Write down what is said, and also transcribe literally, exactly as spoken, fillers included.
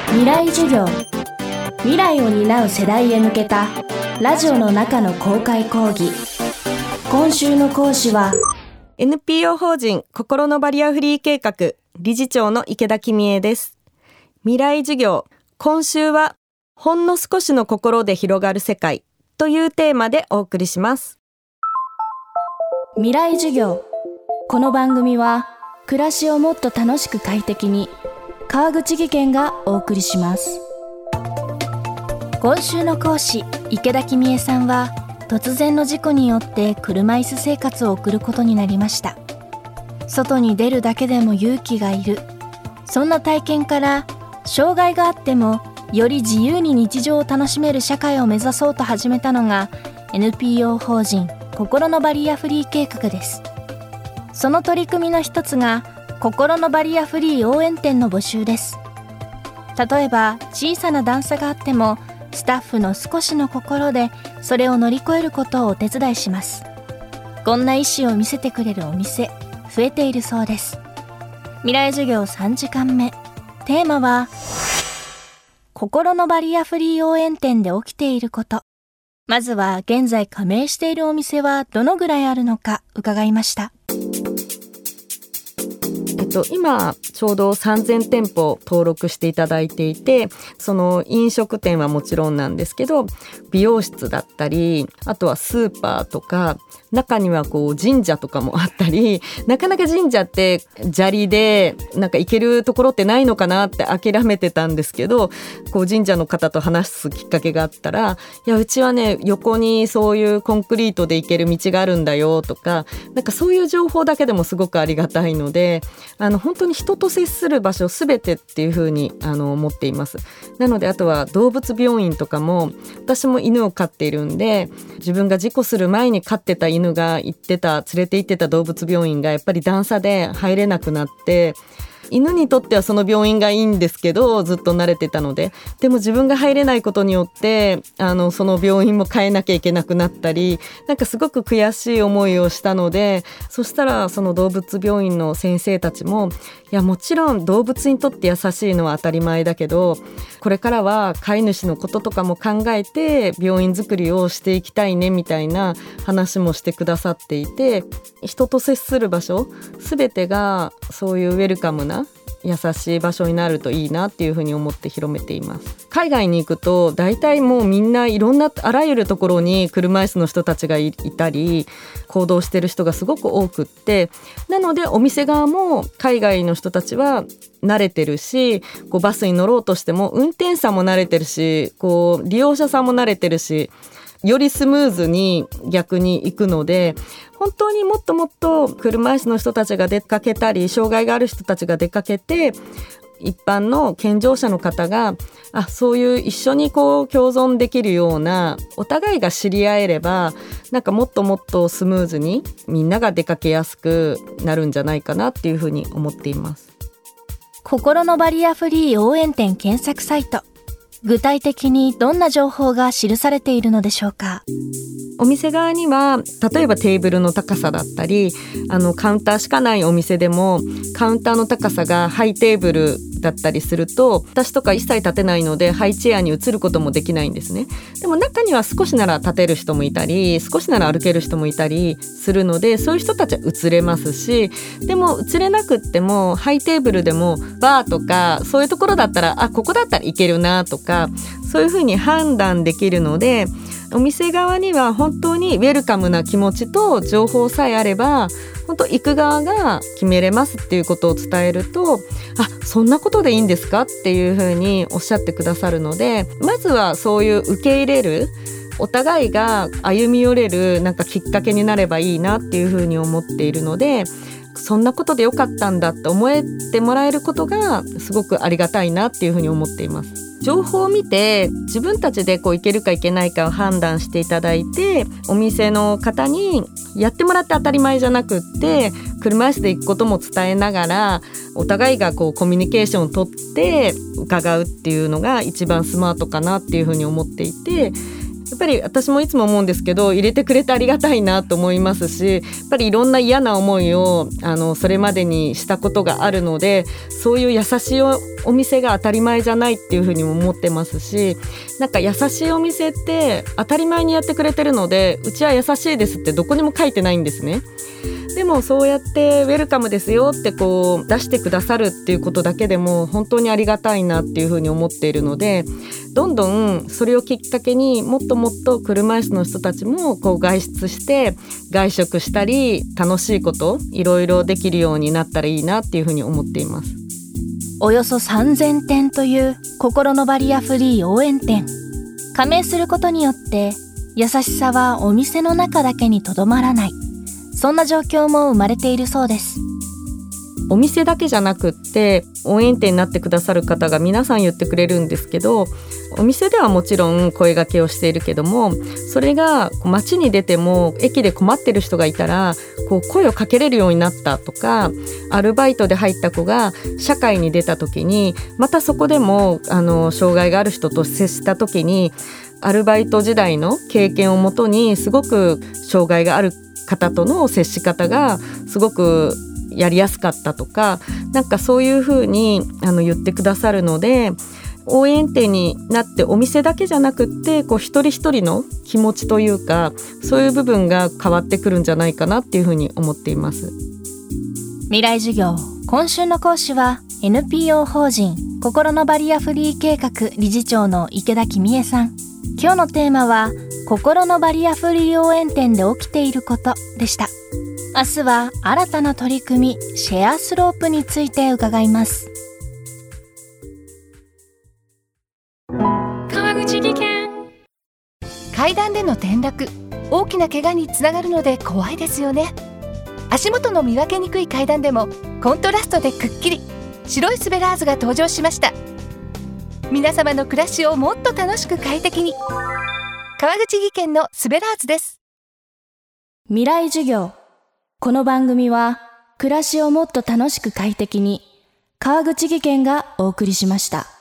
未来授業、未来を担う世代へ向けたラジオの中の公開講義。今週の講師はエヌピーオー 法人心のバリアフリー計画理事長の池田公恵です。未来授業、今週はほんの少しの心で広がる世界というテーマでお送りします。 未来授業。この番組は暮らしをもっと楽しく快適に、川口義賢がお送りします。今週の講師池田公恵さんは突然の事故によって車椅子生活を送ることになりました。外に出るだけでも勇気がいる、そんな体験から障害があってもより自由に日常を楽しめる社会を目指そうと始めたのが エヌピーオー 法人心のバリアフリー計画です。その取り組みの一つが心のバリアフリー応援店の募集です。例えば小さな段差があってもスタッフの少しの心でそれを乗り越えることをお手伝いします。こんな意思を見せてくれるお店増えているそうです。未来授業さんじかんめ、テーマは心のバリアフリー応援店で起きていること。まずは現在加盟しているお店はどのぐらいあるのか伺いました。 えっと、今ちょうどさんぜんてんぽ登録していただいていて、その飲食店はもちろんなんですけど、美容室だったり、あとはスーパーとか、中にはこう神社とかもあったり、なかなか神社って砂利でなんか行けるところってないのかなって諦めてたんですけど、こう神社の方と話すきっかけがあったら、いやうちはね横にそういうコンクリートで行ける道があるんだよとか、なんかそういう情報だけでもすごくありがたいので、あの本当に人と接する場所すべてっていうふうにあの思っています。なのであとは動物病院とかも、私も犬を飼っているんで、自分が事故する前に飼ってた犬が行ってた連れて行ってた動物病院がやっぱり段差で入れなくなって、犬にとってはその病院がいいんですけど、ずっと慣れてたので、でも自分が入れないことによってあのその病院も変えなきゃいけなくなったり、なんかすごく悔しい思いをしたので、そしたらその動物病院の先生たちも、いやもちろん動物にとって優しいのは当たり前だけど、これからは飼い主のこととかも考えて病院作りをしていきたいねみたいな話もしてくださっていて、人と接する場所すべてがそういうウェルカムな優しい場所になるといいなっていうふうに思って広めています。海外に行くと大体もうみんないろんなあらゆるところに車椅子の人たちが い, いたり行動してる人がすごく多くって、なのでお店側も海外の人たちは慣れてるし、こうバスに乗ろうとしても運転手さんも慣れてるし、こう利用者さんも慣れてるし、よりスムーズに逆に行くので、本当にもっともっと車椅子の人たちが出かけたり、障害がある人たちが出かけて、一般の健常者の方があそういう一緒にこう共存できるような、お互いが知り合えれば、なんかもっともっとスムーズにみんなが出かけやすくなるんじゃないかなっていうふうに思っています。 心のバリアフリー応援店検索サイト、具体的にどんな情報が記されているのでしょうか。 お店側には例えばテーブルの高さだったり、あのカウンターしかないお店でもカウンターの高さがハイテーブルだったりすると、私とか一切立てないのでハイチェアに移ることもできないんですね。でも中には少しなら立てる人もいたり、少しなら歩ける人もいたりするので、そういう人たちは移れますし、でも移れなくってもハイテーブルでもバーとかそういうところだったら、あここだったらいけるなとか、そういうふうに判断できるので、お店側には本当にウェルカムな気持ちと情報さえあれば、本当行く側が決めれますっていうことを伝えると、あそんなことでいいんですかっていうふうにおっしゃってくださるので、まずはそういう受け入れる、お互いが歩み寄れるなんかきっかけになればいいなっていうふうに思っているので、そんなことでよかったんだって思えてもらえることがすごくありがたいなっていうふうに思っています。情報を見て自分たちでこういけるかいけないかを判断していただいて、お店の方にやってもらって当たり前じゃなくって、車椅子で行くことも伝えながら、お互いがこうコミュニケーションを取って伺うっていうのが一番スマートかなっていうふうに思っていて、 やっぱり私もいつも思うんですけど、入れてくれてありがたいなと思いますし、やっぱりいろんな嫌な思いをあのそれまでにしたことがあるので、そういう優しい お, お店が当たり前じゃないっていうふうにも思ってますし、なんか優しいお店って当たり前にやってくれてるので、うちは優しいですってどこにも書いてないんですね。でもそうやってウェルカムですよってこう出してくださるっていうことだけでも本当にありがたいなっていうふうに思っているので、どんどんそれをきっかけにもっともっと車椅子の人たちもこう外出して外食したり、楽しいこといろいろできるようになったらいいなっていうふうに思っています。 およそさんぜんてんという心のバリアフリー応援店。加盟することによって優しさはお店の中だけにとどまらない、そんな状況も生まれているそうです。 お店だけじゃなくって応援店になってくださる方が皆さん言ってくれるんですけど、お店ではもちろん声掛けをしているけども、それが街に出ても駅で困ってる人がいたらこう声をかけれるようになったとか、アルバイトで入った子が社会に出た時にまたそこでもあの障害がある人と接した時に、アルバイト時代の経験をもとにすごく障害がある方との接し方がすごくやりやすかったとか、なんかそういうふうにあの言ってくださるので、応援店になってお店だけじゃなくってこう一人一人の気持ちというか、そういう部分が変わってくるんじゃないかなっていうふうに思っています。 未来授業、今週の講師は エヌピーオー 法人心のバリアフリー計画理事長の池田紀美恵さん。今日のテーマは心のバリアフリー応援店で起きていることでした。明日は新たな取り組みシェアスロープについて伺います。 川口技研。階段での転落、大きな怪我につながるので怖いですよね。足元の見分けにくい階段でもコントラストでくっきり白いスベラーズが登場しました。皆様の暮らしをもっと楽しく快適に、川口技研のスベラーズです。 未来授業。この番組は暮らしをもっと楽しく快適に、川口技研がお送りしました。